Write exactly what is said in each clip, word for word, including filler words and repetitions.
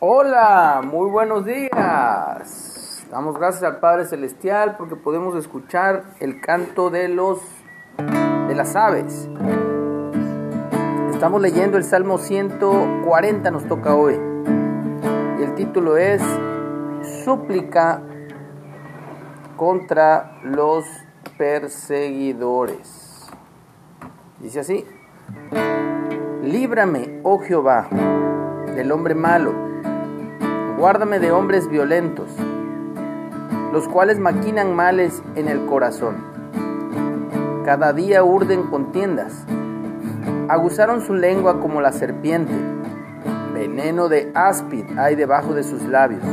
Hola, muy buenos días. Damos gracias al Padre Celestial porque podemos escuchar el canto de los de las aves. Estamos leyendo el Salmo ciento cuarenta, nos toca hoy. Y el título es Súplica contra los perseguidores. Dice así: Líbrame, oh Jehová, del hombre malo. Guárdame de hombres violentos, los cuales maquinan males en el corazón. Cada día urden contiendas, aguzaron su lengua como la serpiente, veneno de áspid hay debajo de sus labios.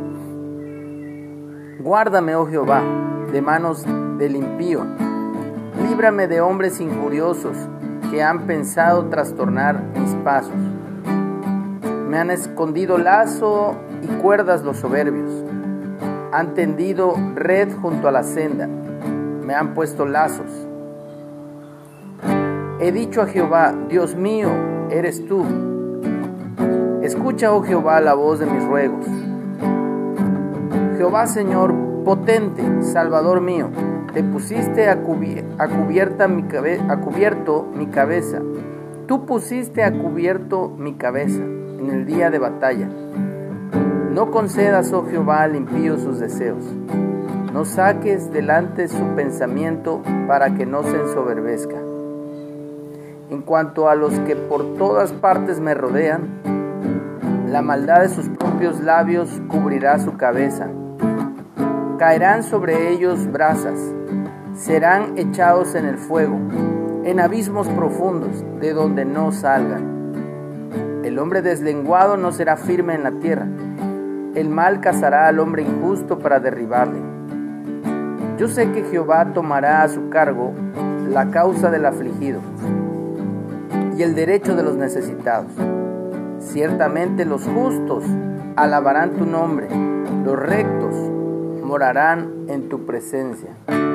Guárdame, oh Jehová, de manos del impío, líbrame de hombres injuriosos que han pensado trastornar mis pasos. Me han escondido lazo y cuerdas los soberbios, han tendido red junto a la senda, me han puesto lazos. He dicho a Jehová, Dios mío, eres tú. Escucha, oh Jehová, la voz de mis ruegos. Jehová, Señor potente, Salvador mío, te pusiste a, cubi- a, cubierta mi cabe- a cubierto mi cabeza. Tú pusiste a cubierto mi cabeza en el día de batalla. No concedas, oh Jehová, al impío sus deseos. No saques delante su pensamiento para que no se ensoberbezca. En cuanto a los que por todas partes me rodean, la maldad de sus propios labios cubrirá su cabeza. Caerán sobre ellos brasas, serán echados en el fuego, en abismos profundos, de donde no salgan. El hombre deslenguado no será firme en la tierra. El mal cazará al hombre injusto para derribarle. Yo sé que Jehová tomará a su cargo la causa del afligido y el derecho de los necesitados. Ciertamente los justos alabarán tu nombre, los rectos morarán en tu presencia.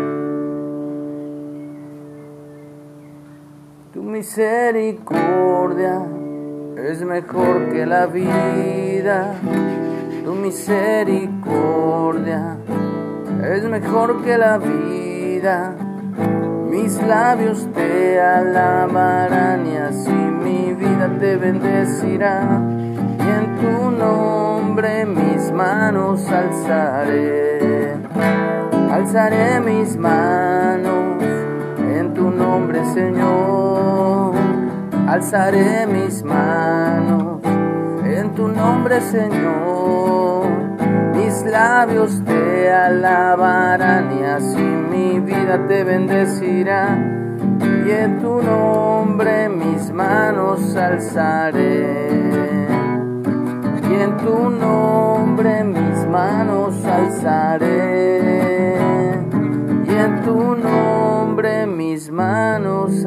Tu misericordia es mejor que la vida. Tu misericordia es mejor que la vida. Mis labios te alabarán y así mi vida te bendecirá. Y en tu nombre mis manos alzaré. Alzaré mis manos en tu nombre, Señor. Alzaré mis manos en tu nombre, Señor. Mis labios te alabarán y así mi vida te bendecirá. Y en tu nombre mis manos alzaré. Y en tu nombre mis manos alzaré. Y en tu nombre mis manos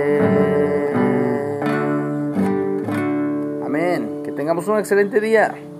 alzaré. Amén. Que tengamos un excelente día.